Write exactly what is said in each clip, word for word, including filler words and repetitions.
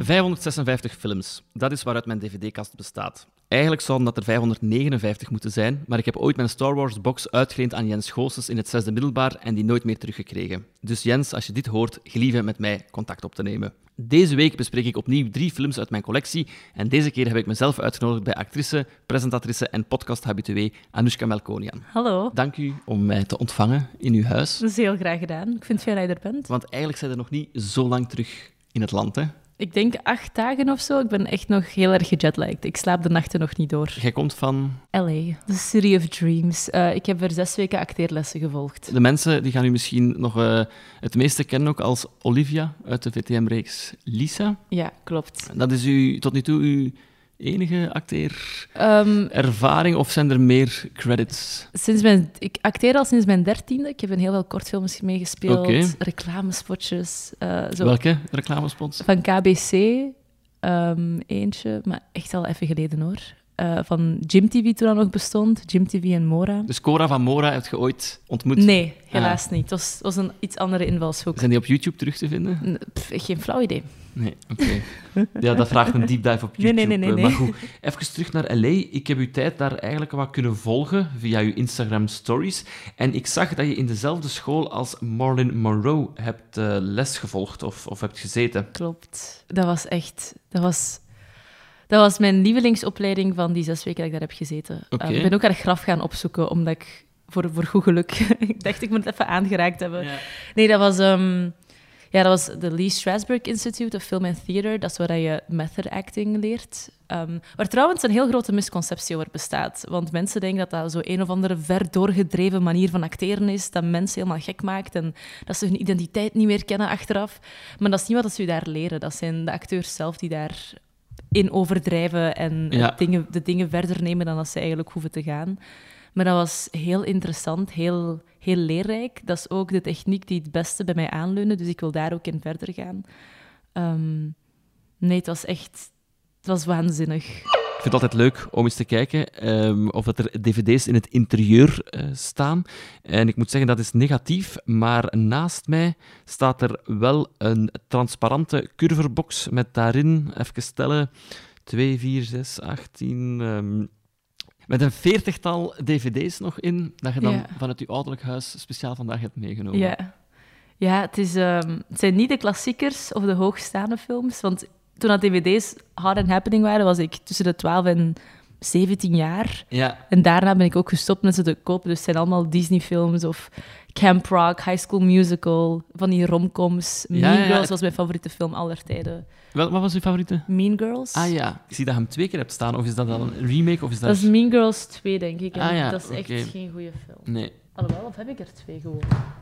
vijfhonderdzesenvijftig films. Dat is waaruit mijn dvd-kast bestaat. Eigenlijk zouden dat er vijfhonderdnegenenvijftig moeten zijn, maar ik heb ooit mijn Star Wars-box uitgeleend aan Jens Goossens in het zesde middelbaar en die nooit meer teruggekregen. Dus Jens, als je dit hoort, gelieve met mij contact op te nemen. Deze week bespreek ik opnieuw drie films uit mijn collectie en deze keer heb ik mezelf uitgenodigd bij actrice, presentatrice en podcast-habitué Anoushka Melkonian. Hallo. Dank u om mij te ontvangen in uw huis. Dat is heel graag gedaan. Ik vind het fijn dat je er bent. Want eigenlijk zijn er nog niet zo lang terug in het land, hè? Ik denk acht dagen of zo. Ik ben echt nog heel erg gejetlagd. Ik slaap de nachten nog niet door. Jij komt van... L A, The City of Dreams. Uh, ik heb er zes weken acteerlessen gevolgd. De mensen die gaan u misschien nog uh, het meeste kennen ook als Olivia uit de V T M-reeks Lisa. Ja, klopt. Dat is u tot nu toe uw enige acteerervaring, um, of zijn er meer credits? Sinds mijn, ik acteer al sinds mijn dertiende. Ik heb in heel veel kortfilms meegespeeld, okay. reclamespotjes. Uh, zo. Welke reclamespots? Van K B C, um, eentje, maar echt al even geleden hoor. Uh, van Jim T V toen dat nog bestond, Jim T V en Mora. Dus Cora van Mora heb je ooit ontmoet? Nee, helaas ah. niet. Het was, het was een iets andere invalshoek. Zijn die op YouTube terug te vinden? Pff, geen flauw idee. Nee, oké. Okay. Ja, dat vraagt een deep dive op YouTube. Nee, nee, nee, nee, maar goed, even terug naar L A. Ik heb uw tijd daar eigenlijk wat kunnen volgen via uw Instagram stories. En ik zag dat je in dezelfde school als Marilyn Monroe hebt uh, les gevolgd of, of hebt gezeten. Klopt. Dat was echt... Dat was... Dat was mijn lievelingsopleiding van die zes weken dat ik daar heb gezeten. Okay. Uh, ik ben ook haar graf gaan opzoeken, omdat ik... Voor, voor goed geluk. Ik dacht, ik moet het even aangeraakt hebben. Ja. Nee, dat was... Um, ja, dat was de Lee Strasberg Institute of Film and Theater. Dat is waar je method acting leert. Um, waar trouwens een heel grote misconceptie over bestaat. Want mensen denken dat dat zo een of andere ver doorgedreven manier van acteren is, dat mensen helemaal gek maakt en dat ze hun identiteit niet meer kennen achteraf. Maar dat is niet wat ze daar leren. Dat zijn de acteurs zelf die daarin overdrijven en ja. dingen, de dingen verder nemen dan dat ze eigenlijk hoeven te gaan. Maar dat was heel interessant, heel, heel leerrijk. Dat is ook de techniek die het beste bij mij aanleunde, dus ik wil daar ook in verder gaan. Um, nee, het was echt... Het was waanzinnig. Ik vind het altijd leuk om eens te kijken um, of dat er dvd's in het interieur uh, staan. En ik moet zeggen, dat is negatief, maar naast mij staat er wel een transparante curverbox met daarin, even tellen, twee, vier, zes, achttien... Um, met een veertigtal dvd's nog in, dat je dan ja. vanuit je ouderlijk huis speciaal vandaag hebt meegenomen. Ja, ja het, is, um, het zijn niet de klassiekers of de hoogstaande films. Want toen dat dvd's hard and happening waren, was ik tussen de twaalf en zeventien jaar. Ja. En daarna ben ik ook gestopt met ze te kopen. Dus het zijn allemaal Disney-films of Camp Rock, High School Musical, van die romcoms. Ja, Mean ja, Girls het... was mijn favoriete film aller tijden. Wel, wat was uw favoriete? Mean Girls. Ah ja, ik zie dat je hem twee keer hebt staan. Of is dat dan een remake? Of is dat... dat is Mean Girls twee, denk ik. En ah, ja, dat is echt okay. geen goede film. Nee. Alhoewel, of heb ik er twee gewoon?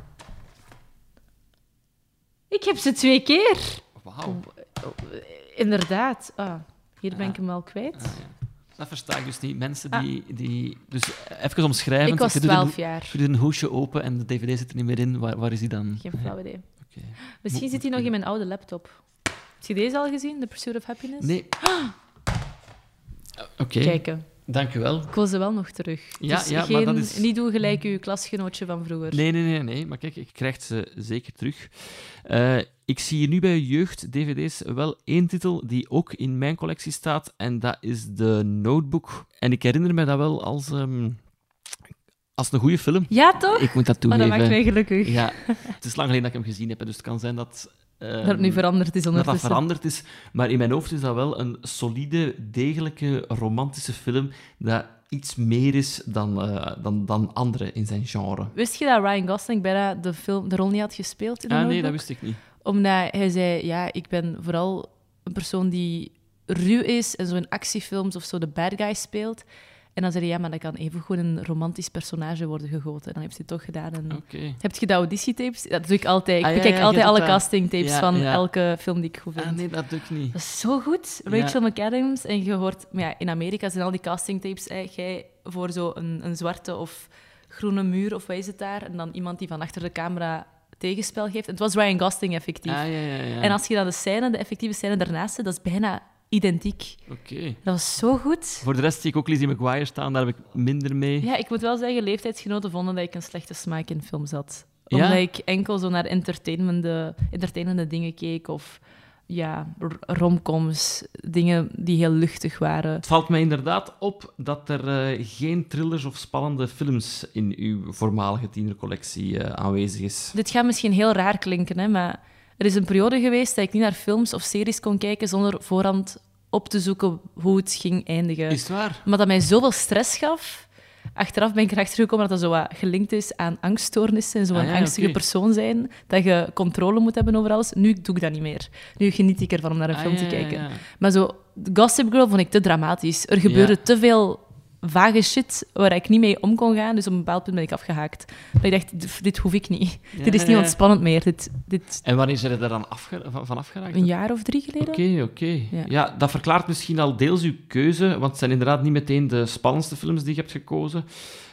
Ik heb ze twee keer. Wauw. Inderdaad. Ah, hier ben ah. ik hem wel kwijt. Ah, ja. Dat versta ik dus niet. Mensen die... Ah. die dus even omschrijven. Ik was twaalf jaar. Je doet een hoesje open en de dvd zit er niet meer in. Waar, waar is die dan? Geen flauw idee. Okay. Misschien Mo- zit hij nog in mijn oude laptop. Heb je deze al gezien? The Pursuit of Happiness? Nee. Ah. Oké. Okay. Kijken. Dank u wel. Ik wil ze wel nog terug. Ja, dus ja, geen, maar dat is... niet doen gelijk uw klasgenootje van vroeger. Nee, nee, nee, nee. Maar kijk, ik krijg ze zeker terug. Uh, ik zie hier nu bij jeugd-dvd's wel één titel die ook in mijn collectie staat. En dat is The Notebook. En ik herinner me dat wel als... Um, als een goede film. Ja, toch? Ik moet dat toegeven. Oh, dat maakt mij gelukkig. Ja, het is lang geleden dat ik hem gezien heb, dus het kan zijn dat... Um, dat het nu veranderd is ondertussen. Dat dat veranderd is, maar in mijn hoofd is dat wel een solide, degelijke, romantische film dat iets meer is dan, uh, dan, dan andere in zijn genre. Wist je dat Ryan Gosling bijna de, film, de rol niet had gespeeld in de Ah, Notebook? nee, dat wist ik niet. Omdat hij zei, ja, ik ben vooral een persoon die ruw is en zo in actiefilms of zo de bad guy speelt. En dan zei hij, ja, maar dat kan evengoed een romantisch personage worden gegoten. En dan heeft hij het toch gedaan. En... Okay. Heb je de auditietapes? Dat doe ik altijd. Ik ah, ja, bekijk ja, altijd alle dat... castingtapes ja, van ja. elke film die ik goed vind. Ah, nee, dat doe ik niet. Dat is zo goed. Rachel ja. McAdams. En je hoort... Maar ja, in Amerika zijn al die castingtapes... Eh, jij voor zo een, een zwarte of groene muur, of wat is het daar? En dan iemand die van achter de camera tegenspel geeft. En het was Ryan Gosling effectief. Ah, ja, ja, ja. En als je dan de scène, de effectieve scène daarnaast zit, dat is bijna... identiek. Okay. Dat was zo goed. Voor de rest zie ik ook Lizzie McGuire staan, daar heb ik minder mee. Ja, ik moet wel zeggen, leeftijdsgenoten vonden dat ik een slechte smaak in films had. Ja? Omdat ik enkel zo naar entertainende, entertainende dingen keek of ja, romcoms, dingen die heel luchtig waren. Het valt mij inderdaad op dat er uh, geen thrillers of spannende films in uw voormalige tienercollectie uh, aanwezig is. Dit gaat misschien heel raar klinken, hè, maar er is een periode geweest dat ik niet naar films of series kon kijken zonder voorhand op te zoeken hoe het ging eindigen. Is het waar? Maar dat mij zoveel stress gaf. Achteraf ben ik erachter gekomen dat dat zo wat gelinkt is aan angststoornissen en zo een ah, ja, angstige okay. persoon zijn, dat je controle moet hebben over alles. Nu doe ik dat niet meer. Nu geniet ik ervan om naar een film ah, ja, te kijken. Ja, ja. Maar zo, Gossip Girl vond ik te dramatisch. Er gebeurde ja. te veel vage shit waar ik niet mee om kon gaan, dus op een bepaald punt ben ik afgehaakt. Maar ik dacht, dit hoef ik niet. Ja, dit is niet ontspannend meer. Dit, dit... En wanneer zijn er dan afge- van afgeraakt? Een jaar of drie geleden. Oké, okay, oké. Okay. Ja. ja, dat verklaart misschien al deels uw keuze, want het zijn inderdaad niet meteen de spannendste films die je hebt gekozen.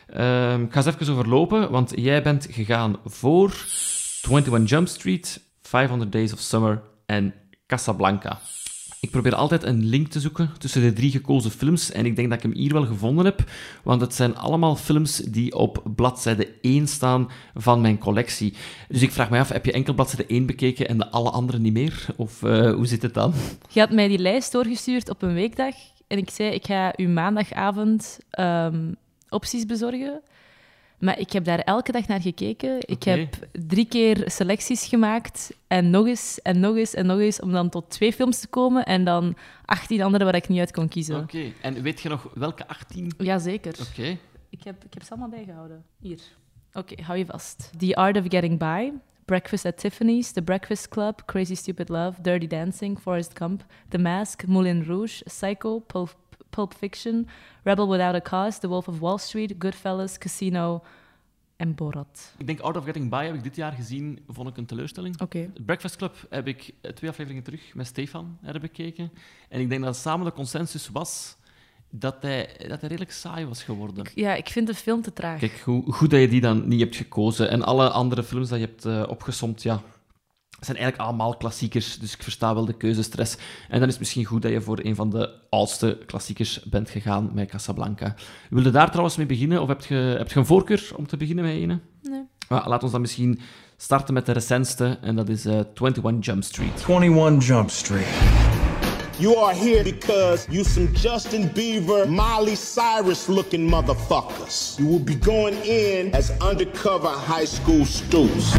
Um, ik ga eens even overlopen, want jij bent gegaan voor eenentwintig Jump Street, vijfhonderd Days of Summer en Casablanca. Ik probeer altijd een link te zoeken tussen de drie gekozen films en ik denk dat ik hem hier wel gevonden heb, want het zijn allemaal films die op bladzijde één staan van mijn collectie. Dus ik vraag me af, heb je enkel bladzijde één bekeken en de alle andere niet meer? Of uh, hoe zit het dan? Je had mij die lijst doorgestuurd op een weekdag en ik zei, ik ga u maandagavond um, opties bezorgen. Maar ik heb daar elke dag naar gekeken. Okay. Ik heb drie keer selecties gemaakt. En nog eens, en nog eens, en nog eens. Om dan tot twee films te komen. En dan achttien andere waar ik niet uit kon kiezen. Oké. Okay. En weet je nog welke achttien? Jazeker. Oké. Okay. Ik heb, ik heb ze allemaal bijgehouden. Hier. Oké, okay, hou je vast. The Art of Getting By. Breakfast at Tiffany's. The Breakfast Club. Crazy Stupid Love. Dirty Dancing. Forrest Gump. The Mask. Moulin Rouge. Psycho. Pulp Pulp Fiction, Rebel Without a Cause, The Wolf of Wall Street, Goodfellas, Casino en Borat. Ik denk Art of Getting By heb ik dit jaar gezien, vond ik een teleurstelling. Okay. Breakfast Club heb ik twee afleveringen terug met Stefan herbekeken. En ik denk dat samen de consensus was dat hij, dat hij redelijk saai was geworden. Ik, ja, ik vind de film te traag. Kijk, hoe goed dat je die dan niet hebt gekozen. En alle andere films dat je hebt uh, opgesomd, ja... Het zijn eigenlijk allemaal klassiekers, dus ik versta wel de keuzestress. En dan is het misschien goed dat je voor een van de oudste klassiekers bent gegaan met Casablanca. Wil je daar trouwens mee beginnen, of heb je, heb je een voorkeur om te beginnen met ene? Nee. Maar laat ons dan misschien starten met de recentste, en dat is uh, eenentwintig Jump Street. eenentwintig Jump Street. You are here because you some Justin Bieber, Miley Cyrus-looking motherfuckers. You will be going in as undercover high school stoops.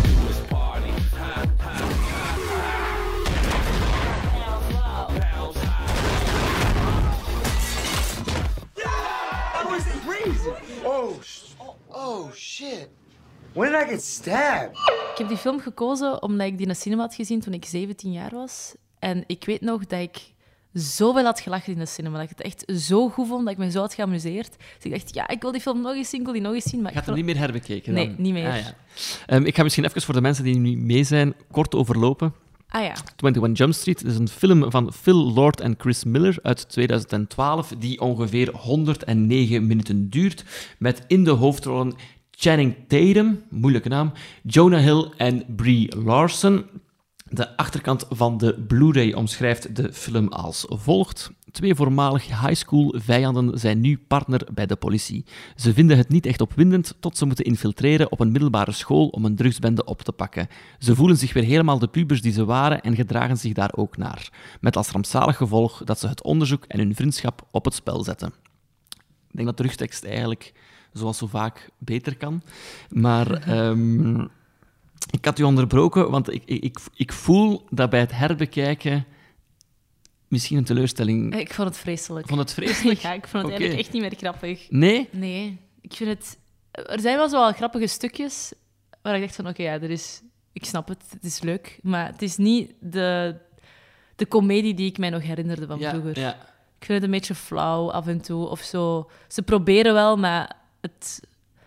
Oh, oh, shit. When did I get stabbed? Ik heb die film gekozen omdat ik die in de cinema had gezien toen ik zeventien jaar was. En ik weet nog dat ik zoveel had gelachen in de cinema. Dat ik het echt zo goed vond, dat ik me zo had geamuseerd. Dus ik dacht, ja, ik wil die film nog eens zien, ik wil die nog eens zien. Maar Gaat ik er vond... niet meer herbekeken dan? Nee, niet meer. Ah, ja. um, ik ga misschien even voor de mensen die nu mee zijn, kort overlopen. Ah ja. eenentwintig Jump Street is een film van Phil Lord en Chris Miller uit tweeduizend twaalf, die ongeveer honderdnegen minuten duurt, met in de hoofdrollen Channing Tatum, moeilijke naam, Jonah Hill en Brie Larson. De achterkant van de Blu-ray omschrijft de film als volgt. Twee voormalig high-school-vijanden zijn nu partner bij de politie. Ze vinden het niet echt opwindend tot ze moeten infiltreren op een middelbare school om een drugsbende op te pakken. Ze voelen zich weer helemaal de pubers die ze waren en gedragen zich daar ook naar. Met als rampzalig gevolg dat ze het onderzoek en hun vriendschap op het spel zetten. Ik denk dat de rugtekst eigenlijk, zoals zo vaak, beter kan. Maar... Um, Ik had u onderbroken, want ik, ik, ik voel dat bij het herbekijken misschien een teleurstelling... Ik vond het vreselijk. Vond het vreselijk? Ja, ik vond het okay. eigenlijk echt niet meer grappig. Nee? Nee. Ik vind het... Er zijn wel zo wel grappige stukjes waar ik dacht van, oké, okay, ja, er is... Ik snap het, het is leuk, maar het is niet de, de comedie die ik mij nog herinnerde van ja, vroeger. Ja. Ik vind het een beetje flauw af en toe, of zo. Ze proberen wel, maar het...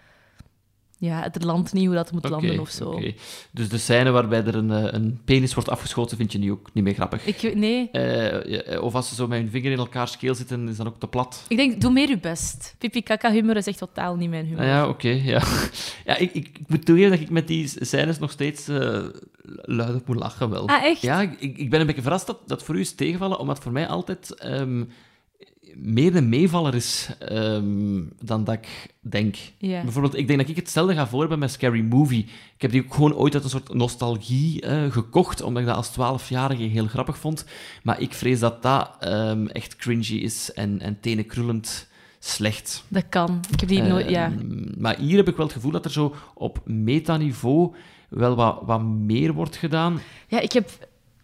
Ja, het landt niet hoe dat moet landen okay, of zo. Okay. Dus de scène waarbij er een, een penis wordt afgeschoten, vind je nu ook niet meer grappig? Ik, nee. Uh, of als ze zo met hun vinger in elkaars keel zitten, is dat ook te plat? Ik denk, doe meer je best. Pipi-kaka-humor is echt totaal niet mijn humor. Ah, ja, oké. Okay, ja. ja, ik, ik, ik moet toegeven dat ik met die scènes nog steeds uh, luid op moet lachen. Wel. Ah, echt? Ja, ik, ik ben een beetje verrast dat dat voor u is tegenvallen, omdat voor mij altijd... Um, meer een meevaller is um, dan dat ik denk. Yeah. Bijvoorbeeld, ik denk dat ik hetzelfde ga voor hebben met Scary Movie. Ik heb die ook gewoon ooit uit een soort nostalgie uh, gekocht, omdat ik dat als twaalfjarige heel grappig vond. Maar ik vrees dat dat um, echt cringy is en, en tenenkrullend slecht. Dat kan. Ik heb die uh, nooit... Ja. Maar hier heb ik wel het gevoel dat er zo op metaniveau wel wat, wat meer wordt gedaan. Ja, ik heb...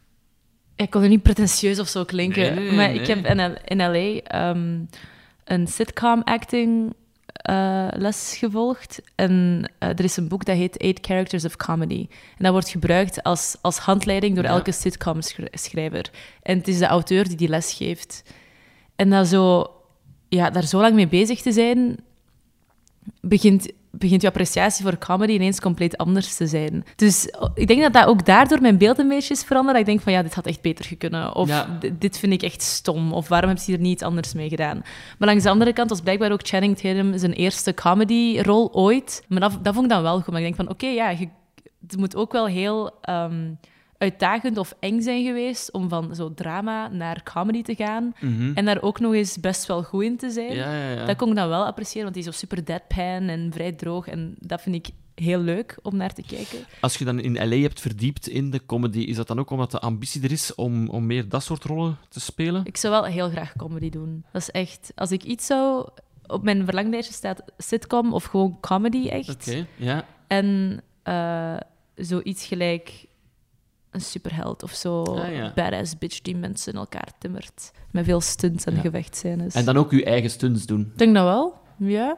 Ik kon er niet pretentieus of zo klinken, nee, nee, maar nee. ik heb in, in L A um, een sitcom-acting uh, les gevolgd. En uh, er is een boek dat heet Eight Characters of Comedy. En dat wordt gebruikt als, als handleiding door ja. elke sitcom-schrijver. En het is de auteur die die les geeft. En dat zo, ja, daar zo lang mee bezig te zijn, begint... begint je appreciatie voor comedy ineens compleet anders te zijn. Dus ik denk dat dat ook daardoor mijn beeld een beetje is veranderd. Dat ik denk van, ja, dit had echt beter gekund. Of ja. d- dit vind ik echt stom. Of waarom heb je er niet iets anders mee gedaan? Maar langs de andere kant was blijkbaar ook Channing Tatum zijn eerste comedy-rol ooit. Maar dat, dat vond ik dan wel goed. Maar ik denk van, oké, okay, ja, je, het moet ook wel heel... Um, uitdagend of eng zijn geweest om van zo drama naar comedy te gaan. Mm-hmm. En daar ook nog eens best wel goed in te zijn. Ja, ja, ja. Dat kon ik dan wel appreciëren, want die is zo super deadpan en vrij droog. En dat vind ik heel leuk om naar te kijken. Als je dan in L A hebt verdiept in de comedy, is dat dan ook omdat de ambitie er is om, om meer dat soort rollen te spelen? Ik zou wel heel graag comedy doen. Dat is echt... Als ik iets zou... Op mijn verlanglijstje staat sitcom of gewoon comedy, echt. Oké, okay, ja. En uh, zoiets gelijk... een superheld of zo. Ah, ja. Badass bitch die mensen in elkaar timmert. Met veel stunts en ja. gevechtscènes. En dan ook uw eigen stunts doen? Ik denk dat wel, ja.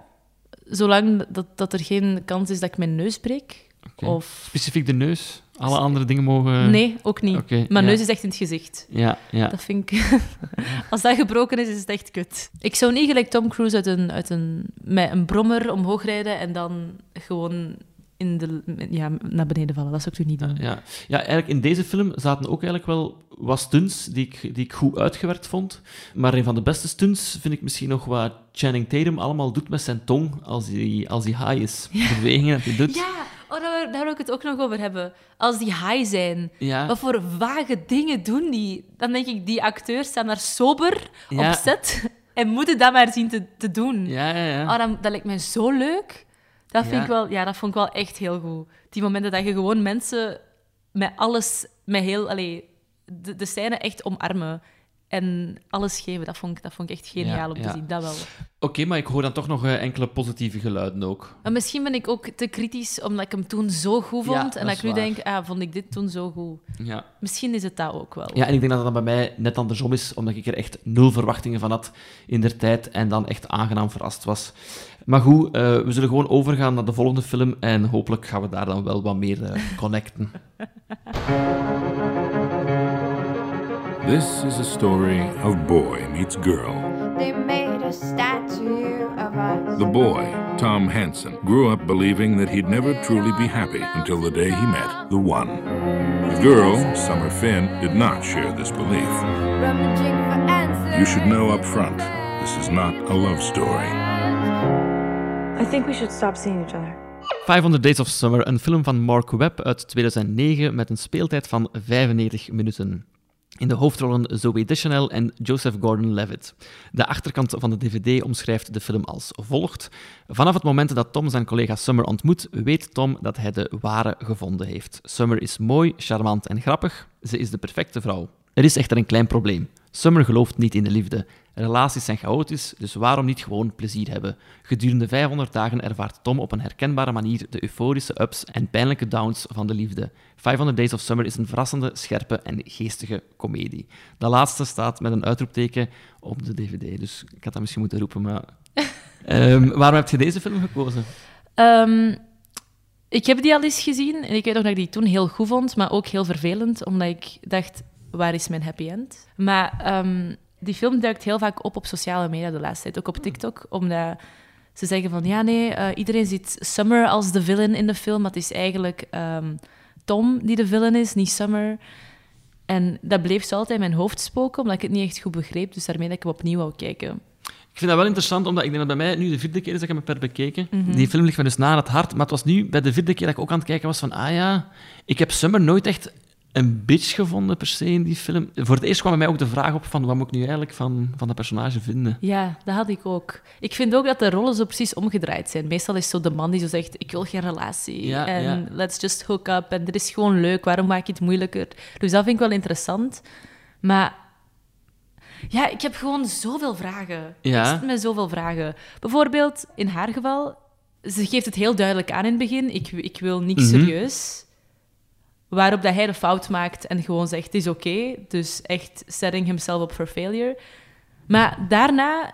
Zolang dat, dat er geen kans is dat ik mijn neus breek. Okay. Of... Specifiek de neus? Alle andere dingen mogen... Nee, ook niet. Okay, Mijn ja. neus is echt in het gezicht. Ja, ja. Dat vind ik... Als dat gebroken is, is het echt kut. Ik zou niet gelijk Tom Cruise uit een, uit een, met een brommer omhoog rijden en dan gewoon... In de, ja, naar beneden vallen. Dat zou ik nu niet doen. Ja, ja, eigenlijk in deze film zaten ook eigenlijk wel wat stunts die ik, die ik goed uitgewerkt vond. Maar een van de beste stunts vind ik misschien nog wat Channing Tatum allemaal doet met zijn tong als hij, als hij high is. Ja. De bewegingen dat hij doet. Ja, oh, daar, daar wil ik het ook nog over hebben. Als die high zijn, ja. wat voor vage dingen doen die? Dan denk ik, die acteurs staan daar sober ja. op set en moeten dat maar zien te, te doen. Ja, ja, ja. Oh, dat, dat lijkt mij zo leuk. Dat, vind ja. ik wel, ja, dat vond ik wel echt heel goed. Die momenten dat je gewoon mensen met alles, met heel, allee, de, de scène echt omarmen en alles geven, dat vond ik, dat vond ik echt geniaal ja, om te ja. zien. Dat wel. Oké, okay, maar ik hoor dan toch nog uh, enkele positieve geluiden ook. Maar misschien ben ik ook te kritisch, omdat ik hem toen zo goed vond. Ja, en dat, dat ik nu waar. denk, ah, vond ik dit toen zo goed. Ja. Misschien is het dat ook wel. Ja, en ik denk dat dat bij mij net andersom is, omdat ik er echt nul verwachtingen van had in der tijd en dan echt aangenaam verrast was. Maar goed, uh, we zullen gewoon overgaan naar de volgende film en hopelijk gaan we daar dan wel wat meer uh, connecten. This is a story of boy meets girl. They made a statue of us. The boy, Tom Hansen, grew up believing that he'd never truly be happy until the day he met the one. The girl, Summer Finn, did not share this belief. You should know up front, this is not a love story. I think we should stop seeing each other. five hundred Days of Summer, een film van Mark Webb uit tweeduizend negen met een speeltijd van vijfennegentig minuten. In de hoofdrollen Zooey Deschanel en Joseph Gordon-Levitt. De achterkant van de dvd omschrijft de film als volgt. Vanaf het moment dat Tom zijn collega Summer ontmoet, weet Tom dat hij de ware gevonden heeft. Summer is mooi, charmant en grappig. Ze is de perfecte vrouw. Er is echter een klein probleem. Summer gelooft niet in de liefde. Relaties zijn chaotisch, dus waarom niet gewoon plezier hebben? Gedurende vijfhonderd dagen ervaart Tom op een herkenbare manier de euforische ups en pijnlijke downs van de liefde. vijfhonderd Days of Summer is een verrassende, scherpe en geestige komedie. Dat laatste staat met een uitroepteken op de dvd, dus ik had dat misschien moeten roepen, maar... um, waarom heb je deze film gekozen? Um, ik heb die al eens gezien en ik weet nog dat ik die toen heel goed vond, maar ook heel vervelend, omdat ik dacht, waar is mijn happy end? Maar... Um, Die film duikt heel vaak op op sociale media de laatste tijd, ook op TikTok, omdat ze zeggen van, ja nee, uh, iedereen ziet Summer als de villain in de film, maar het is eigenlijk um, Tom die de villain is, niet Summer. En dat bleef zo altijd in mijn hoofd spoken, omdat ik het niet echt goed begreep, dus daarmee dat ik hem opnieuw wou kijken. Ik vind dat wel interessant, omdat ik denk dat bij mij nu de vierde keer is dat ik hem heb bekeken. Mm-hmm. Die film ligt me dus na aan het hart, maar het was nu bij de vierde keer dat ik ook aan het kijken was van, ah ja, ik heb Summer nooit echt een bitch gevonden, per se, in die film. Voor het eerst kwam bij mij ook de vraag op van wat moet ik nu eigenlijk van, van dat personage vinden? Ja, dat had ik ook. Ik vind ook dat de rollen zo precies omgedraaid zijn. Meestal is zo de man die zo zegt, ik wil geen relatie. Ja, en ja. let's just hook up. En dit is gewoon leuk, waarom maak je het moeilijker? Dus dat vind ik wel interessant. Maar ja, ik heb gewoon zoveel vragen. Ja. Ik zit met zoveel vragen. Bijvoorbeeld, in haar geval, ze geeft het heel duidelijk aan in het begin. Ik, ik wil niks Mhm. serieus. Waarop dat hij de fout maakt en gewoon zegt, het is oké. Okay. Dus echt setting himself up for failure. Maar daarna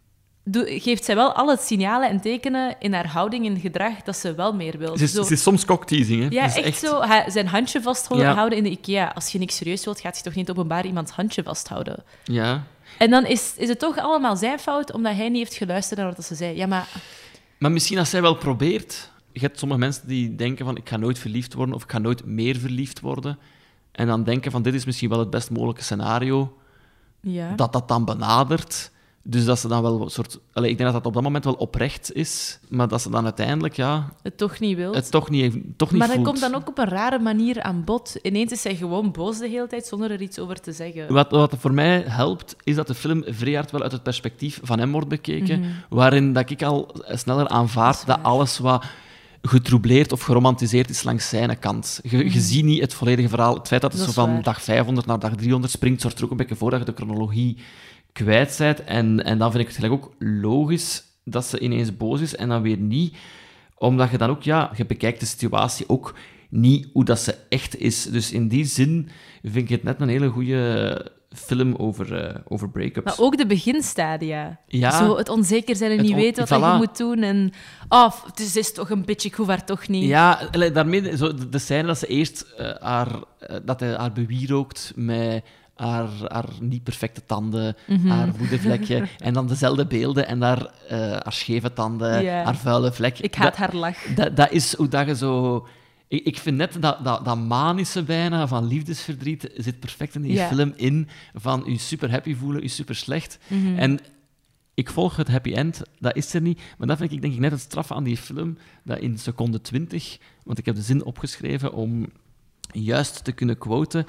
doe- geeft zij wel alle signalen en tekenen in haar houding en gedrag dat ze wel meer wil. Het is, Zo- het is soms cockteasing, hè? ja, Het is echt, zo. Hij- zijn handje vasthouden Ja. houden in de IKEA. Als je niks serieus wilt, gaat je toch niet openbaar iemands handje vasthouden? Ja. En dan is, is het toch allemaal zijn fout, omdat hij niet heeft geluisterd naar wat ze zei. Ja, maar... Maar misschien als zij wel probeert... Je hebt sommige mensen die denken van ik ga nooit verliefd worden of ik ga nooit meer verliefd worden. En dan denken van dit is misschien wel het best mogelijke scenario. Ja. Dat dat dan benadert. Dus dat ze dan wel een soort... Allee, ik denk dat dat op dat moment wel oprecht is, maar dat ze dan uiteindelijk ja, Het toch niet wil. het toch niet, toch niet Maar dat voelt. komt dan ook op een rare manier aan bod. Ineens is hij gewoon boos de hele tijd, zonder er iets over te zeggen. Wat, wat voor mij helpt, is dat de film vrij hard wel uit het perspectief van hem wordt bekeken, Mhm. waarin dat ik al sneller aanvaard dat, alles wat getroubleerd of geromantiseerd is langs zijn kant. Je, je ziet niet het volledige verhaal. Het feit dat het Dat zo is van waar. dag vijfhonderd naar dag driehonderd springt, zorgt er ook een beetje voor dat je de chronologie kwijt bent. En, en dan vind ik het gelijk ook logisch dat ze ineens boos is en dan weer niet. Omdat je dan ook, ja, je bekijkt de situatie ook niet hoe dat ze echt is. Dus in die zin vind ik het net een hele goede film over, eh, over break-ups. Maar ook de beginstadia. Ja. Zo het onzeker zijn en Het niet on- weten wat voilà. je moet doen. En, oh, het is, het is toch een beetje, ik hoef haar toch niet. Ja, allee, daarmee, zo, de, de scène dat ze eerst eh, haar, eh, dat hij haar bewierookt met haar, haar niet perfecte tanden, Mhm. haar woedevlekje, en dan dezelfde beelden en haar, eh, haar scheve tanden, Ja. haar vuile vlek. Ik haat Dat- haar lach. Dat, dat is hoe dat je zo... Ik, ik vind net dat, dat, dat manische bijna van liefdesverdriet zit perfect in die Ja. film in, van je super happy voelen, je super slecht. Mhm. En ik volg het happy end, dat is er niet. Maar dat vind ik denk ik net het straffe aan die film, dat in seconde twintig, want ik heb de zin opgeschreven om juist te kunnen quoten,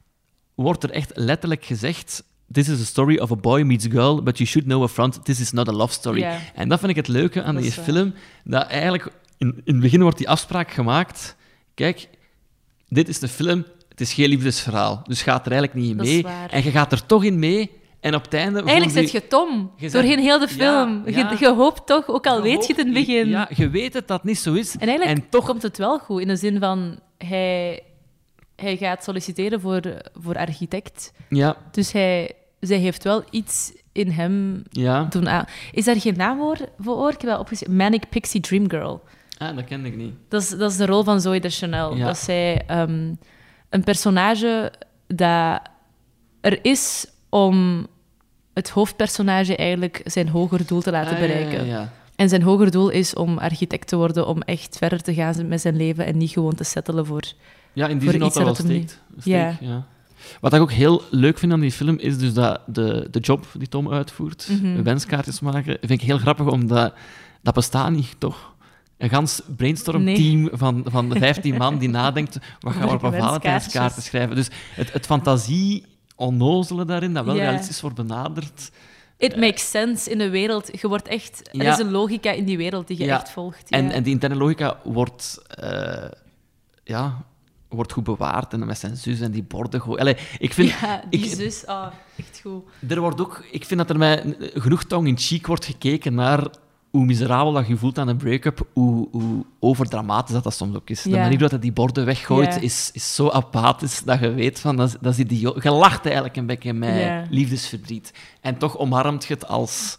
wordt er echt letterlijk gezegd: This is a story of a boy meets girl, but you should know up front, this is not a love story. Ja. En dat vind ik het leuke aan Dat die is waar. film, dat eigenlijk in, in het begin wordt die afspraak gemaakt: kijk, dit is de film, het is geen liefdesverhaal, dus ga er eigenlijk niet in Dat is mee. waar. En je gaat er toch in mee, en op het einde... Eigenlijk voel zit je Tom, Je doorheen zegt- heel de Ja, film. ja. Je, je hoopt toch, ook al Je weet je het in het hoopt- begin. Ja, je weet het dat het niet zo is. En eigenlijk en toch... komt het wel goed, in de zin van... Hij, hij gaat solliciteren voor, voor architect. Ja, Dus hij, zij heeft wel iets in hem ja. doen aan. Is daar geen naam voor? voor? Ik heb wel opgeschreven. Manic Pixie Dream Girl. Ah, dat kende ik niet. Dat is, dat is de rol van Zooey Deschanel. Ja. Dat zij ehm, een personage dat er is om het hoofdpersonage eigenlijk zijn hoger doel te laten Ah, ja, ja, bereiken. ja. En zijn hoger doel is om architect te worden, om echt verder te gaan met zijn leven en niet gewoon te settelen voor... Ja, in die Voor zin had iets dat wel dat hem steekt. steek, Ja. ja. Wat ik ook heel leuk vind aan die film, is dus dat de, de job die Tom uitvoert, Mhm. wenskaartjes maken, vind ik heel grappig, omdat dat bestaat niet, toch? Een gans brainstormteam van, van de vijftien man die nadenkt, wat gaan we op een Wenskaartjes. Valentijnskaarten schrijven. Dus het, het fantasie onnozele daarin, dat wel Ja. realistisch wordt benaderd. It makes sense in de wereld. Je wordt echt... Er Ja. is een logica in die wereld die je Ja. echt volgt. Ja. En, en die interne logica wordt, eh, ja, wordt goed bewaard. En met zijn zus en die borden gewoon... Allee, ik vind... ja, die ik, zus, ah, echt goed. Er wordt ook, ik vind dat er met genoeg tong in cheek wordt gekeken naar hoe miserabel dat je voelt aan een break-up, hoe, hoe overdramatisch dat, dat soms ook is. De Ja. manier dat hij die borden weggooit, Ja. is, is zo apathisch dat je weet van, dat is, dat is idioot. Je lacht eigenlijk een beetje met Ja. liefdesverdriet. En toch omarmt je het als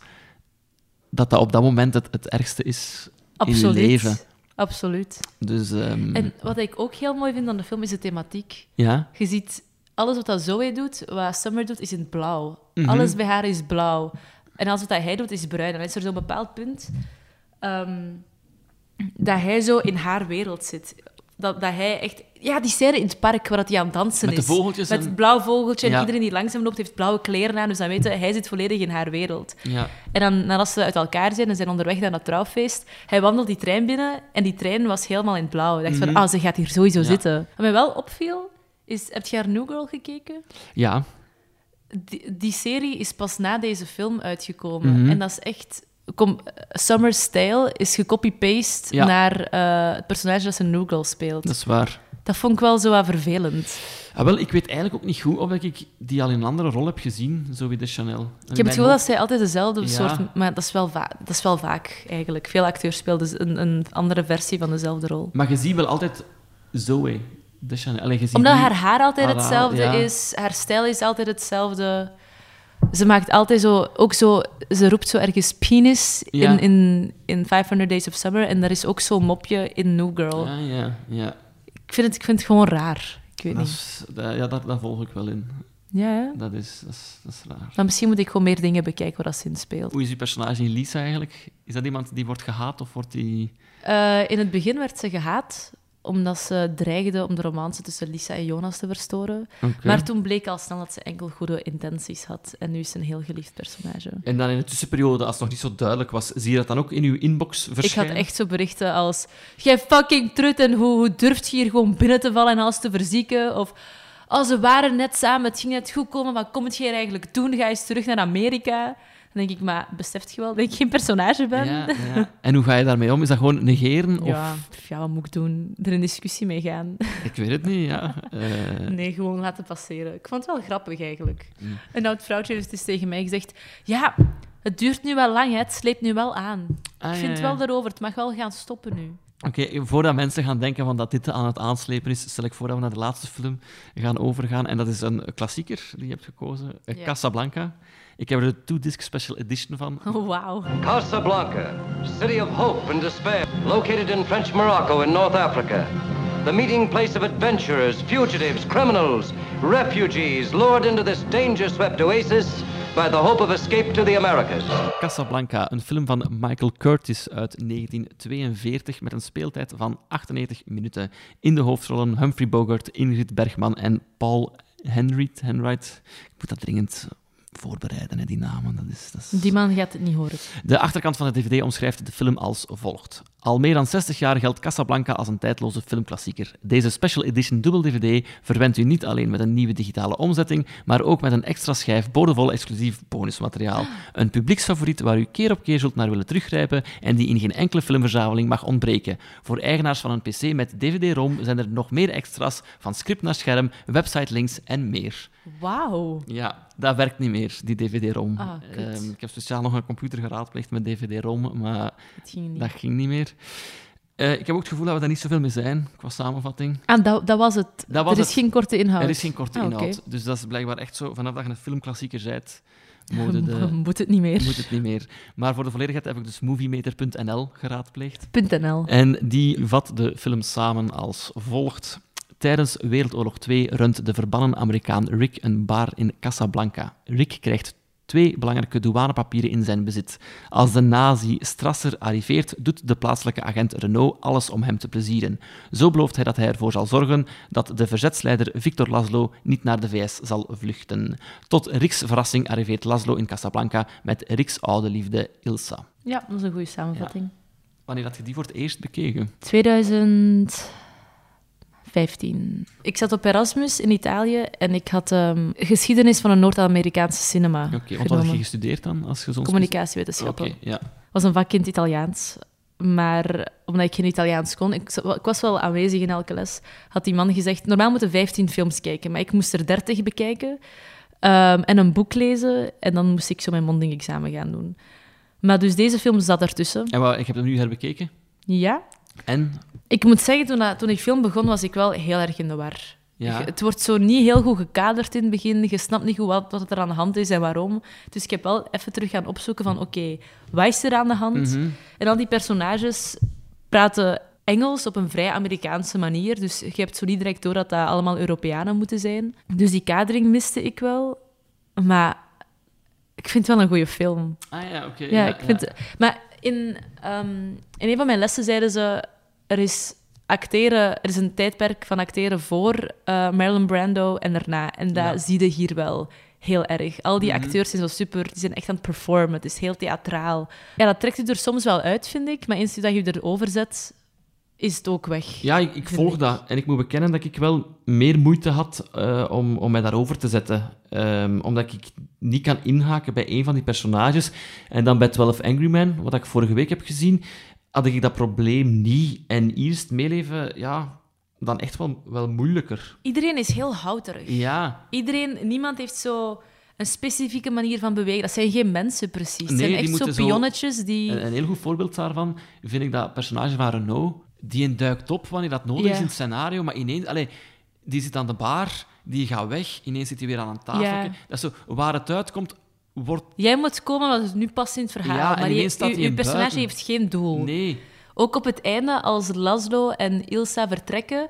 dat dat op dat moment het, het ergste is Absoluut. in je leven. Absoluut. Dus, ehm, En wat ik ook heel mooi vind aan de film, is de thematiek. ja. Je ziet, alles wat dat Zoe doet, wat Summer doet, is in het blauw. Mhm. Alles bij haar is blauw. En alles wat dat hij doet, is bruin. En dan is er zo'n bepaald punt ehm, dat hij zo in haar wereld zit. Dat, dat hij echt... Ja, die scène in het park, waar dat hij aan het dansen Met de is. vogeltjes Met en- het blauw vogeltje. En Ja. iedereen die langs hem loopt, heeft blauwe kleren aan. Dus dan weten we, hij zit volledig in haar wereld. Ja. En dan, dan als ze uit elkaar zijn en zijn onderweg naar dat trouwfeest, hij wandelt die trein binnen en die trein was helemaal in het blauw. Ik dacht Mhm. van, ah, ze gaat hier sowieso Ja. zitten. Wat mij wel opviel, is... Heb je haar New Girl gekeken? Ja. Die, die serie is pas na deze film uitgekomen. Mm-hmm. En dat is echt... Kom, Summer Style is gecopy-paste ja. naar uh, het personage dat ze New Girl speelt. Dat is waar. Dat vond ik wel zo wat vervelend. Ah, wel, ik weet eigenlijk ook niet goed of ik die al in een andere rol heb gezien, zo wie de Chanel. En ik heb het gevoel hoofd... dat zij altijd dezelfde ja. soort... Maar dat is, wel va- dat is wel vaak, eigenlijk. Veel acteurs spelen dus een, een andere versie van dezelfde rol. Maar je ziet wel altijd Zoe, de Chanel. Allee, je ziet Omdat die... haar haar altijd haar hetzelfde haar, ja. is, haar stijl is altijd hetzelfde. Ze maakt altijd zo... Ook zo... Ze roept zo ergens penis ja. in, in, in vijfhonderd Days of Summer. En daar is ook zo'n mopje in New Girl. Ja, ja, ja. Ik vind het, ik vind het gewoon raar. Ik weet Dat niet. is, dat, ja, daar, daar volg ik wel in. Ja, hè? Dat is, dat is, dat is raar. Maar misschien moet ik gewoon meer dingen bekijken waar dat ze in speelt. Hoe is uw personage in Lisa eigenlijk? Is dat iemand die wordt gehaat of wordt die... Uh, in het begin werd ze gehaat, omdat ze dreigde om de romance tussen Lisa en Jonas te verstoren. Okay. Maar toen bleek al snel dat ze enkel goede intenties had. En nu is ze een heel geliefd personage. En dan in de tussenperiode, als het nog niet zo duidelijk was, zie je dat dan ook in uw inbox verschijnen? Ik had echt zo berichten als... Jij fucking trut en hoe, hoe durft je hier gewoon binnen te vallen en alles te verzieken? Of... Oh, ze waren net samen, het ging net goed komen, wat kom je hier eigenlijk doen? Ga eens terug naar Amerika. Dan denk ik, maar beseft je wel dat ik geen personage ben? Ja, ja. En hoe ga je daarmee om? Is dat gewoon negeren? Of... Ja, ja, wat moet ik doen? Er in discussie mee gaan? Ik weet het niet, ja. Uh... Nee, gewoon laten passeren. Ik vond het wel grappig, eigenlijk. Mm. Een oud vrouwtje heeft dus tegen mij gezegd... Ja, het duurt nu wel lang, hè. Het sleept nu wel aan. Ah, ik vind ja, ja. wel erover. Het mag wel gaan stoppen nu. Oké, okay, voordat mensen gaan denken van dat dit aan het aanslepen is, stel ik voor dat we naar de laatste film gaan overgaan. En dat is een klassieker die je hebt gekozen, yeah. Casablanca. Ik heb er de two-disc special edition van. Oh, wow. Casablanca, city of hope and despair, located in French Morocco in North Africa. The meeting place of adventurers, fugitives, criminals, refugees, lured into this danger-swept oasis by the hope of escape to the Americas. Casablanca, een film van Michael Curtis uit negentien tweeënveertig met een speeltijd van achtennegentig minuten. In de hoofdrollen Humphrey Bogart, Ingrid Bergman en Paul Henreid. Henreid. Ik moet dat dringend voorbereiden, hè, die namen. Dat is, dat is... Die man gaat het niet horen. De achterkant van de D V D omschrijft de film als volgt. Al meer dan zestig jaar geldt Casablanca als een tijdloze filmklassieker. Deze special edition dubbel D V D verwendt u niet alleen met een nieuwe digitale omzetting, maar ook met een extra schijf boordevol exclusief bonusmateriaal. Een publieksfavoriet waar u keer op keer zult naar willen teruggrijpen en die in geen enkele filmverzameling mag ontbreken. Voor eigenaars van een pc met D V D-ROM zijn er nog meer extra's, van script naar scherm, website-links en meer. Wauw. Ja, dat werkt niet meer, die D V D-ROM. Ah, um, ik heb speciaal nog een computer geraadpleegd met D V D-ROM, maar ging niet. dat ging niet meer. Uh, ik heb ook het gevoel dat we daar niet zoveel mee zijn, qua samenvatting. En dat, dat was het? Dat was er is het. geen korte inhoud? Er is geen korte ah, inhoud. Okay. Dus dat is blijkbaar echt zo, vanaf dat je een filmklassieker bent, moet, de, moet het niet meer. Moet het niet meer. Maar voor de volledigheid heb ik dus moviemeter punt n l geraadpleegd. .nl. En die vat de film samen als volgt. Tijdens Wereldoorlog twee runt de verbannen Amerikaan Rick een bar in Casablanca. Rick krijgt twee belangrijke douanepapieren in zijn bezit. Als de nazi Strasser arriveert, doet de plaatselijke agent Renault alles om hem te plezieren. Zo belooft hij dat hij ervoor zal zorgen dat de verzetsleider Victor Laszlo niet naar de V S zal vluchten. Tot Rick's verrassing arriveert Laszlo in Casablanca met Rick's oude liefde Ilsa. Ja, dat is een goede samenvatting. Ja. Wanneer had je die voor het eerst bekeken? tweeduizend vijftien. Ik zat op Erasmus in Italië en ik had um, geschiedenis van een Noord-Amerikaanse cinema. Oké, okay, want wat heb je gestudeerd dan? Als je Communicatiewetenschappen. Okay, ja. Was een vak in het Italiaans. Maar omdat ik geen Italiaans kon, ik, ik was wel aanwezig in elke les, had die man gezegd, normaal moeten vijftien films kijken, maar ik moest er dertig bekijken um, en een boek lezen en dan moest ik zo mijn mondeling-examen gaan doen. Maar dus deze film zat ertussen. En wat, ik heb hem nu herbekeken? Ja. En? Ik moet zeggen, toen, toen ik film begon, was ik wel heel erg in de war. Ja. Het wordt zo niet heel goed gekaderd in het begin. Je snapt niet goed wat, wat er aan de hand is en waarom. Dus ik heb wel even terug gaan opzoeken van, oké, okay, wat is er aan de hand? Mm-hmm. En al die personages praten Engels op een vrij Amerikaanse manier. Dus je hebt zo niet direct door dat dat allemaal Europeanen moeten zijn. Dus die kadering miste ik wel. Maar ik vind het wel een goede film. Ah ja, oké. Okay, ja, ja, ik vind ja. het, maar in, um, in een van mijn lessen zeiden ze, er is acteren, er is een tijdperk van acteren voor uh, Marlon Brando en daarna. En dat ja. zie je hier wel heel erg. Al die mm-hmm. acteurs zijn zo super, die zijn echt aan het performen. Het is heel theatraal. Ja, dat trekt je er soms wel uit, vind ik. Maar eens dat je je erover zet, is het ook weg. Ja, ik, ik volg ik. dat. En ik moet bekennen dat ik wel meer moeite had uh, om, om mij daarover te zetten. Um, omdat ik niet kan inhaken bij een van die personages. En dan bij twaalf Angry Men, wat ik vorige week heb gezien, had ik dat probleem niet. En hier is het meeleven, ja, dan echt wel, wel moeilijker. Iedereen is heel houterig. Ja. Iedereen, niemand heeft zo een specifieke manier van bewegen. Dat zijn geen mensen, precies. Het Nee, zijn echt zo pionnetjes die... Een, een heel goed voorbeeld daarvan vind ik dat personage van Renault, die duikt op wanneer dat nodig Ja. is in het scenario, maar ineens... Allee, die zit aan de bar, die gaat weg, ineens zit hij weer aan een tafel. Ja. Dat is zo, waar het uitkomt, wordt... Jij moet komen, want het nu past in het verhaal. Ja, en maar je, ineens staat je, hij je in personage buiten. heeft geen doel. Nee. Ook op het einde, als Laszlo en Ilsa vertrekken,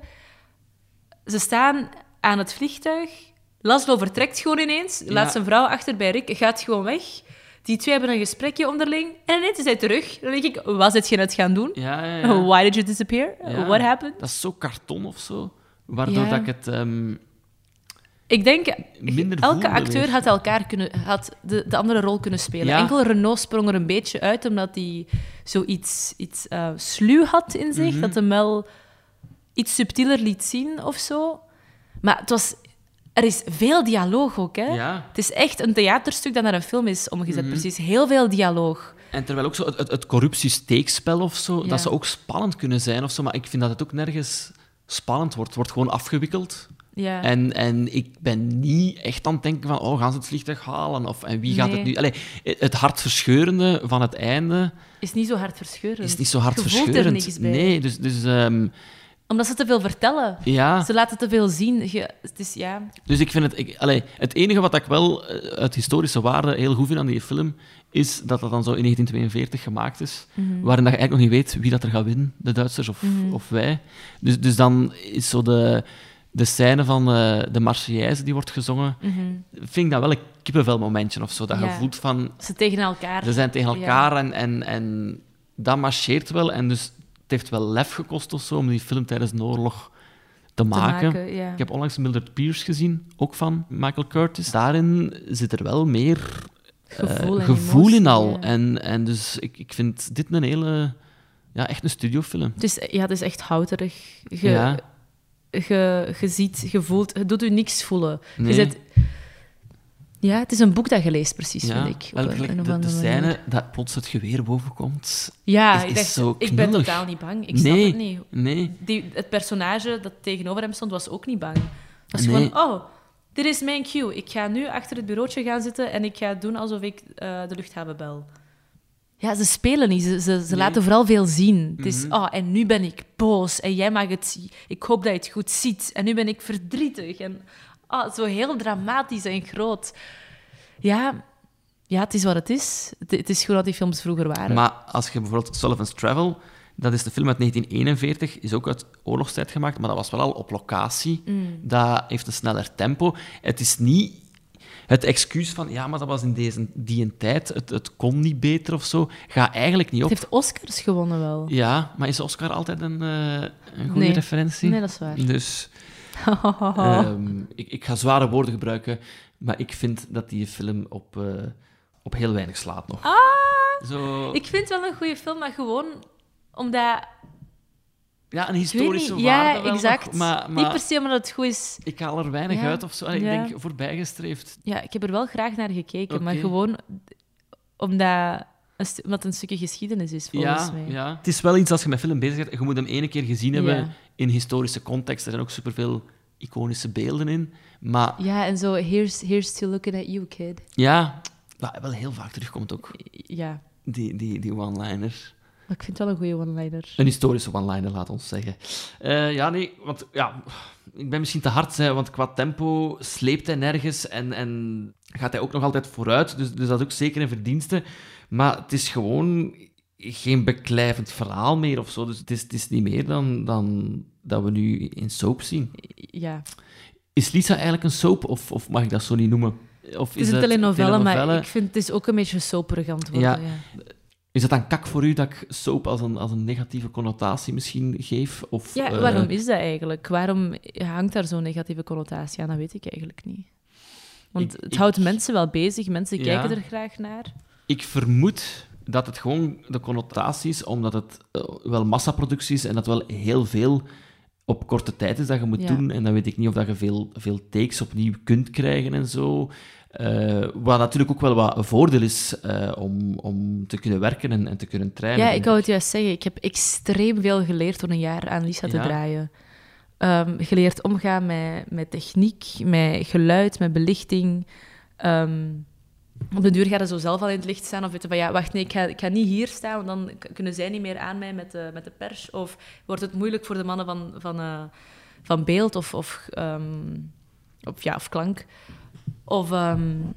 ze staan aan het vliegtuig. Laszlo vertrekt gewoon ineens, Ja. laat zijn vrouw achter bij Rick, gaat gewoon weg. Die twee hebben een gesprekje onderling en ineens is hij terug. Dan denk ik, wat zit je net gaan doen? Ja, ja, ja. Why did you disappear? Ja. What happened? Dat is zo karton of zo, waardoor Ja. dat ik het... Um, Ik denk, Minder elke voelde acteur weer. had, elkaar kunnen, had de, de andere rol kunnen spelen. Ja. Enkel Renault sprong er een beetje uit, omdat hij zoiets iets, uh, sluw had in zich. Mhm. Dat hem wel iets subtieler liet zien of zo. Maar het was, er is veel dialoog ook. Hè? Ja. Het is echt een theaterstuk dat naar een film is omgezet. Mhm. Precies, heel veel dialoog. En terwijl ook zo het, het, het corruptiesteekspel of zo, Ja. dat zou ook spannend kunnen zijn of zo, maar ik vind dat het ook nergens spannend wordt. Het wordt gewoon afgewikkeld. Ja. En, en ik ben niet echt aan het denken van, oh, gaan ze het vliegtuig halen? Of, en wie gaat Nee. het nu... Allee, het hartverscheurende van het einde Is niet zo hartverscheurend. is niet zo Je voelt hartverscheurend. er niks bij. Nee, dus... dus um, Omdat ze te veel vertellen. ja. Ze laten te veel zien. Je, het is, ja... Dus ik vind het... Ik, allee, het enige wat ik wel uh, uit historische waarde heel goed vind aan die film, is dat dat dan zo in negentien tweeënveertig gemaakt is, Mhm. waarin dat je eigenlijk nog niet weet wie dat er gaat winnen, de Duitsers of, Mhm. of wij. Dus, dus dan is zo de, de scène van uh, de Marseillaise die wordt gezongen, Mhm. vind ik dat wel een kippenvelmomentje of zo, dat Ja. je voelt van... Ze tegen elkaar. Ze zijn tegen Ja. elkaar en, en, en dat marcheert wel. En dus het heeft wel lef gekost of zo om die film tijdens een oorlog te maken. maken, ja. Ik heb onlangs Mildred Pierce gezien, ook van Michael Curtis. Daarin zit er wel meer uh, Gevoel en gevoel in emotie, al. ja. En, en dus ik, ik vind dit een hele... Ja, echt een studiofilm. Het is, ja, het is echt houterig. Je, Ja. je, je ziet, je voelt... Het doet u niks voelen. Je Nee. zit... Ja, het is een boek dat je leest, precies, Ja, vind ik. op wel, een- gelijk een of de, de andere scène manier. dat plots het geweer boven komt. Ja, is, ik is dacht, zo ik ben knullig. totaal niet bang. Ik snap Nee, het niet. nee. Die, het personage dat tegenover hem stond, was ook niet bang. Het was Nee. gewoon, oh, dit is mijn cue. Ik ga nu achter het bureautje gaan zitten en ik ga doen alsof ik uh, de luchthaven bel. Ja, ze spelen niet. Ze, ze, ze Nee. laten vooral veel zien. Het is, Mhm. oh, en nu ben ik boos en jij mag het zien. Ik hoop dat je het goed ziet. En nu ben ik verdrietig. En oh, zo heel dramatisch en groot. Ja, ja, het is wat het is. Het, het is gewoon wat die films vroeger waren. Maar als je bijvoorbeeld Sullivan's Travel, dat is de film uit negentien eenenveertig, is ook uit oorlogstijd gemaakt, maar dat was wel al op locatie. Mm. Dat heeft een sneller tempo. Het is niet het excuus van, ja, maar dat was in deze, die een tijd, het, het kon niet beter of zo, gaat eigenlijk niet op. Het heeft Oscars gewonnen wel. Ja, maar is Oscar altijd een, uh, een goede Nee. referentie? Nee, dat is waar. Dus um, ik, ik ga zware woorden gebruiken, maar ik vind dat die film op, uh, op heel weinig slaat nog. Ah, Zo... ik vind het wel een goede film, maar gewoon omdat... Ja, een Ik weet historische niet. waarde Ja, wel exact. nog, maar, maar Niet per se omdat het goed is. ik haal er weinig Ja. uit of zo. Allee, Ja. Ik denk, voorbijgestreefd. Ja, ik heb er wel graag naar gekeken, Oké. maar gewoon omdat, een stu- omdat het een stukje geschiedenis is, volgens Ja, mij. ja. Het is wel iets, als je met film bezig bent, je moet hem ene keer gezien hebben Ja. in historische context. Er zijn ook superveel iconische beelden in. Maar Ja, en zo, here's, here's to looking at you, kid. ja, wat wel heel vaak terugkomt ook, Ja, die, die, die one-liner. maar ik vind het wel een goede one-liner. Een historische one-liner, laat ons zeggen. Uh, ja, nee, want ja, ik ben misschien te hard, hè, want qua tempo sleept hij nergens en, en gaat hij ook nog altijd vooruit. Dus, dus dat is ook zeker een verdienste. Maar het is gewoon geen beklijvend verhaal meer of zo. Dus het is, het is niet meer dan, dan dat we nu in soap zien. Ja. Is Lisa eigenlijk een soap, of, of mag ik dat zo niet noemen? Of Het is een telenovelle, telenovelle? maar ik vind het is ook een beetje soperig aan het worden. Ja. Ja. Is dat dan kak voor u dat ik soap als een, als een negatieve connotatie misschien geef? Of, Ja, uh, waarom is dat eigenlijk? Waarom hangt daar zo'n negatieve connotatie aan? Dat weet ik eigenlijk niet. Want Ik- het ik- houdt mensen wel bezig, mensen Ja. kijken er graag naar. Ik vermoed dat het gewoon de connotatie is, omdat het uh, wel massaproductie is en dat wel heel veel op korte tijd is dat je moet Ja. doen. En dan weet ik niet of dat je veel, veel takes opnieuw kunt krijgen en zo. Uh, wat natuurlijk ook wel wat een voordeel is uh, om, om te kunnen werken en, en te kunnen trainen. Ja, ik wou het juist zeggen. Ik heb extreem veel geleerd door een jaar aan Lisa te Ja. draaien. Um, geleerd omgaan met, met techniek, met geluid, met belichting. Um, op de duur gaat het zo zelf al in het licht staan. Of weet je van, ja, wacht, nee, ik ga, ik ga niet hier staan, want dan k- kunnen zij niet meer aan mij met de, met de pers. Of wordt het moeilijk voor de mannen van, van, uh, van beeld of, of, um, of, ja, of klank. Of... Um,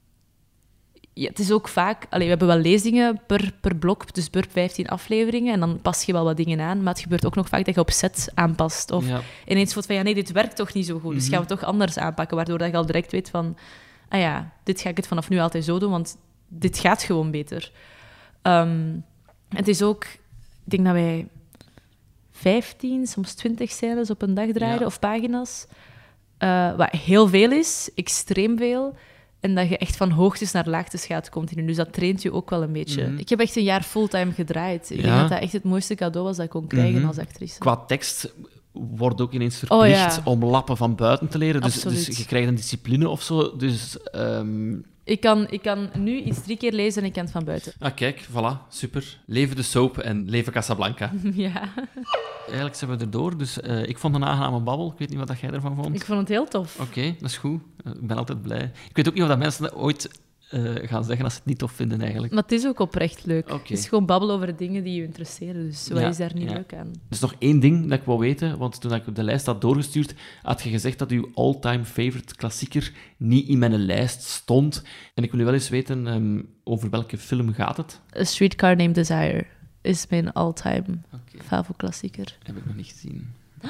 ja, het is ook vaak... Allee, we hebben wel lezingen per, per blok, dus per vijftien afleveringen. En dan pas je wel wat dingen aan. Maar het gebeurt ook nog vaak dat je op set aanpast. Of Ja. ineens voelt van, ja, nee, dit werkt toch niet zo goed. Dus gaan we het toch anders aanpakken. Waardoor dat je al direct weet van... Ah ja, dit ga ik het vanaf nu altijd zo doen, want dit gaat gewoon beter. Um, het is ook... Ik denk dat wij vijftien, soms twintig scènes op een dag draaien, Ja. of pagina's. Uh, wat heel veel is, extreem veel... En dat je echt van hoogtes naar laagtes gaat continu. Dus dat traint je ook wel een beetje. Mm-hmm. Ik heb echt een jaar fulltime gedraaid. Ik Ja. denk dat dat echt het mooiste cadeau was dat ik kon krijgen Mm-hmm. als actrice. Qua tekst wordt ook ineens verplicht Oh, ja. om lappen van buiten te leren. Dus, Absoluut. dus je krijgt een discipline of zo. Dus, um... Ik kan, ik kan nu iets drie keer lezen en ik kan het van buiten. ah, kijk, voilà, super. Leven de soap en leven Casablanca. Ja, Eigenlijk zijn we erdoor, dus uh, ik vond het een aangename babbel. Ik weet niet wat dat jij ervan vond. ik vond het heel tof. Oké, okay, dat is goed. Uh, ik ben altijd blij. Ik weet ook niet of dat mensen dat ooit uh, gaan zeggen als ze het niet tof vinden, eigenlijk. Maar het is ook oprecht leuk. Okay. Het is gewoon babbelen over dingen die je interesseren. Dus wat Ja, is daar niet ja. leuk aan? Er is nog één ding dat ik wou weten, want toen ik op de lijst had doorgestuurd, had je gezegd dat uw all-time favorite klassieker niet in mijn lijst stond. En ik wil nu wel eens weten, um, over welke film gaat het? A Streetcar Named Desire is mijn all-time Okay. favo-klassieker. Heb ik nog niet gezien.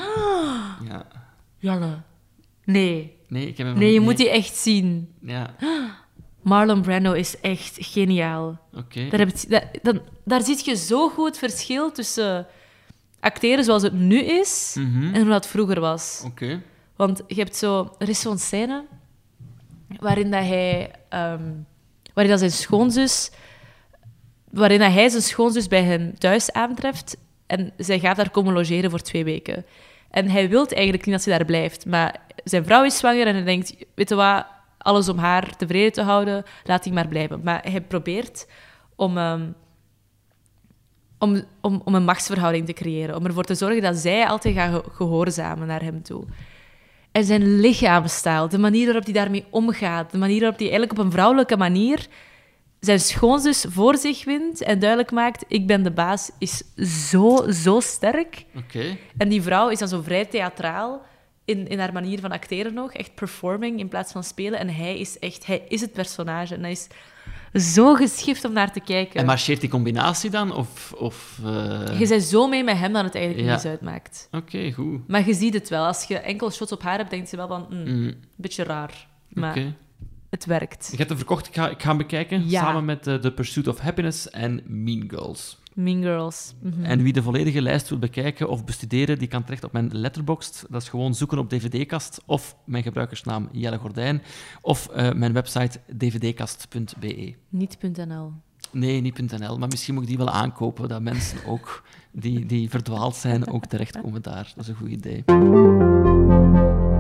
Ja. Janne. Nee. Nee, ik heb hem Nee, je nog- moet die echt zien. Ja, Marlon Brando is echt geniaal. oké. Okay. Daar, heb je, daar, dan, daar zie je zo goed het verschil tussen acteren zoals het nu is Mhm. en hoe dat vroeger was. Oké. Okay. Want je hebt zo... Er is zo'n scène waarin dat hij... Um, waarin dat zijn schoonzus... Waarin dat hij zijn schoonzus bij hen thuis aantreft en zij gaat daar komen logeren voor twee weken. En hij wil eigenlijk niet dat ze daar blijft, maar zijn vrouw is zwanger en hij denkt, weet je wat, alles om haar tevreden te houden, laat die maar blijven. Maar hij probeert om, um, om, om, om een machtsverhouding te creëren, om ervoor te zorgen dat zij altijd gaat ge- gehoorzamen naar hem toe. En zijn lichaamstaal, de manier waarop hij daarmee omgaat, de manier waarop hij eigenlijk op een vrouwelijke manier zijn schoonzus voor zich wint en duidelijk maakt, ik ben de baas, is zo, zo sterk. Oké. Okay. En die vrouw is dan zo vrij theatraal in, in haar manier van acteren nog, echt performing in plaats van spelen. En hij is echt, hij is het personage. En hij is zo geschikt om naar te kijken. En marcheert die combinatie dan? Of, of, uh... Je bent zo mee met hem dat het eigenlijk ja. niet eens uitmaakt. Oké, okay, goed. Maar je ziet het wel. Als je enkel shots op haar hebt, denk je wel van, mm, een mm. beetje raar. Maar okay. het werkt. Je hebt hem verkocht, ik ga, ik ga hem bekijken. Ja. Samen met uh, The Pursuit of Happiness en Mean Girls. Mean Girls. Mm-hmm. En wie de volledige lijst wil bekijken of bestuderen, die kan terecht op mijn Letterboxd. Dat is gewoon zoeken op D V D-kast of mijn gebruikersnaam Jelle Gordijn of uh, mijn website d v d kast punt b e. Niet .nl. Nee, niet .nl, maar misschien moet ik die wel aankopen, dat mensen ook die, die verdwaald zijn ook terechtkomen daar. Dat is een goed idee.